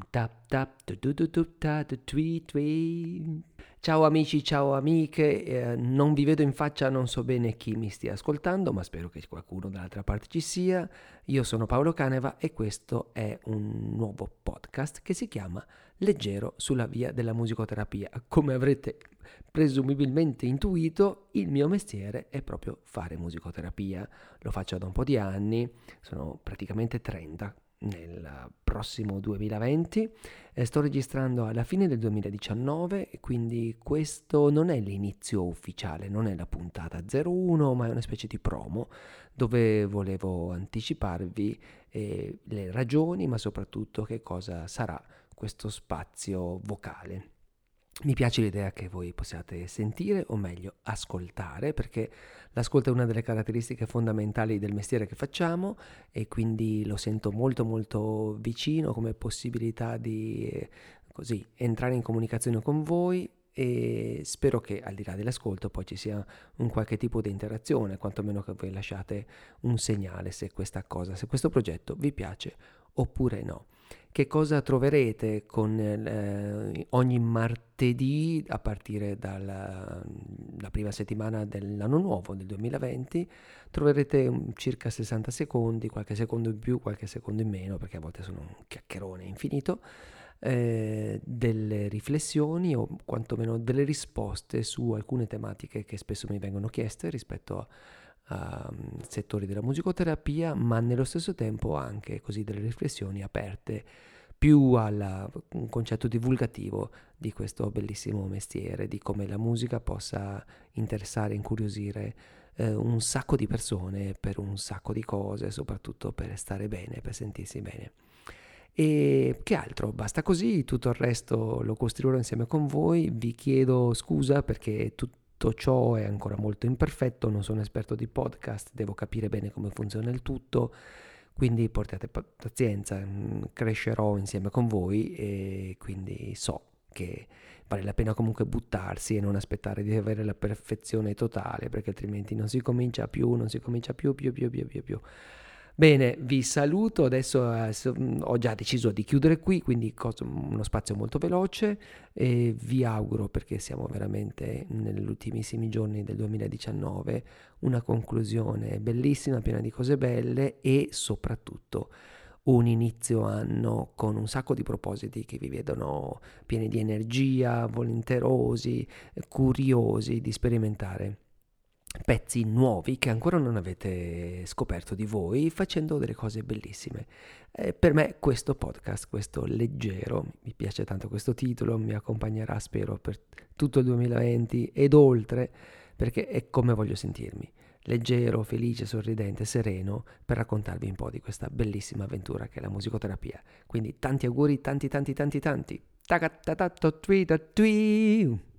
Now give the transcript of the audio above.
tap tap tu tu tu tu ta tu tui tui. Ciao amici, ciao amiche, non vi vedo in faccia, non so bene chi mi stia ascoltando, ma spero che qualcuno dall'altra parte ci sia. Io sono Paolo Caneva e questo è un nuovo podcast che si chiama Leggero sulla via della musicoterapia. Come avrete presumibilmente intuito, il mio mestiere è proprio fare musicoterapia. Lo faccio da un po' di anni, sono praticamente 30 nel prossimo 2020. Sto registrando alla fine del 2019, quindi questo non è l'inizio ufficiale, non è la puntata 01, ma è una specie di promo dove volevo anticiparvi le ragioni, ma soprattutto che cosa sarà questo spazio vocale. Mi piace l'idea che voi possiate sentire, o meglio ascoltare, perché l'ascolto è una delle caratteristiche fondamentali del mestiere che facciamo e quindi lo sento molto molto vicino come possibilità di così entrare in comunicazione con voi, e spero che al di là dell'ascolto poi ci sia un qualche tipo di interazione, quantomeno che voi lasciate un segnale se questa cosa, se questo progetto vi piace oppure no. Che cosa troverete con ogni martedì a partire dalla prima settimana dell'anno nuovo, del 2020? Troverete circa 60 secondi, qualche secondo in più, qualche secondo in meno, perché a volte sono un chiacchierone infinito, delle riflessioni o quantomeno delle risposte su alcune tematiche che spesso mi vengono chieste rispetto a settori della musicoterapia, ma nello stesso tempo anche così delle riflessioni aperte più al concetto divulgativo di questo bellissimo mestiere, di come la musica possa interessare, incuriosire un sacco di persone per un sacco di cose, soprattutto per stare bene, per sentirsi bene. E che altro? Basta così, tutto il resto lo costruirò insieme con voi. Vi chiedo scusa perché tutto ciò è ancora molto imperfetto, non sono esperto di podcast, devo capire bene come funziona il tutto, quindi portate pazienza, crescerò insieme con voi e quindi so che vale la pena comunque buttarsi e non aspettare di avere la perfezione totale, perché altrimenti non si comincia più, non si comincia più. Bene, vi saluto, adesso ho già deciso di chiudere qui, quindi uno spazio molto veloce, e vi auguro, perché siamo veramente negli ultimissimi giorni del 2019, una conclusione bellissima, piena di cose belle e soprattutto un inizio anno con un sacco di propositi che vi vedono pieni di energia, volenterosi, curiosi di sperimentare pezzi nuovi che ancora non avete scoperto di voi, facendo delle cose bellissime. Per me questo podcast, questo leggero, mi piace tanto questo titolo, mi accompagnerà spero per tutto il 2020 ed oltre, perché è come voglio sentirmi, leggero, felice, sorridente, sereno, per raccontarvi un po' di questa bellissima avventura che è la musicoterapia. Quindi tanti auguri, tanti. Tagatatato tui da tui.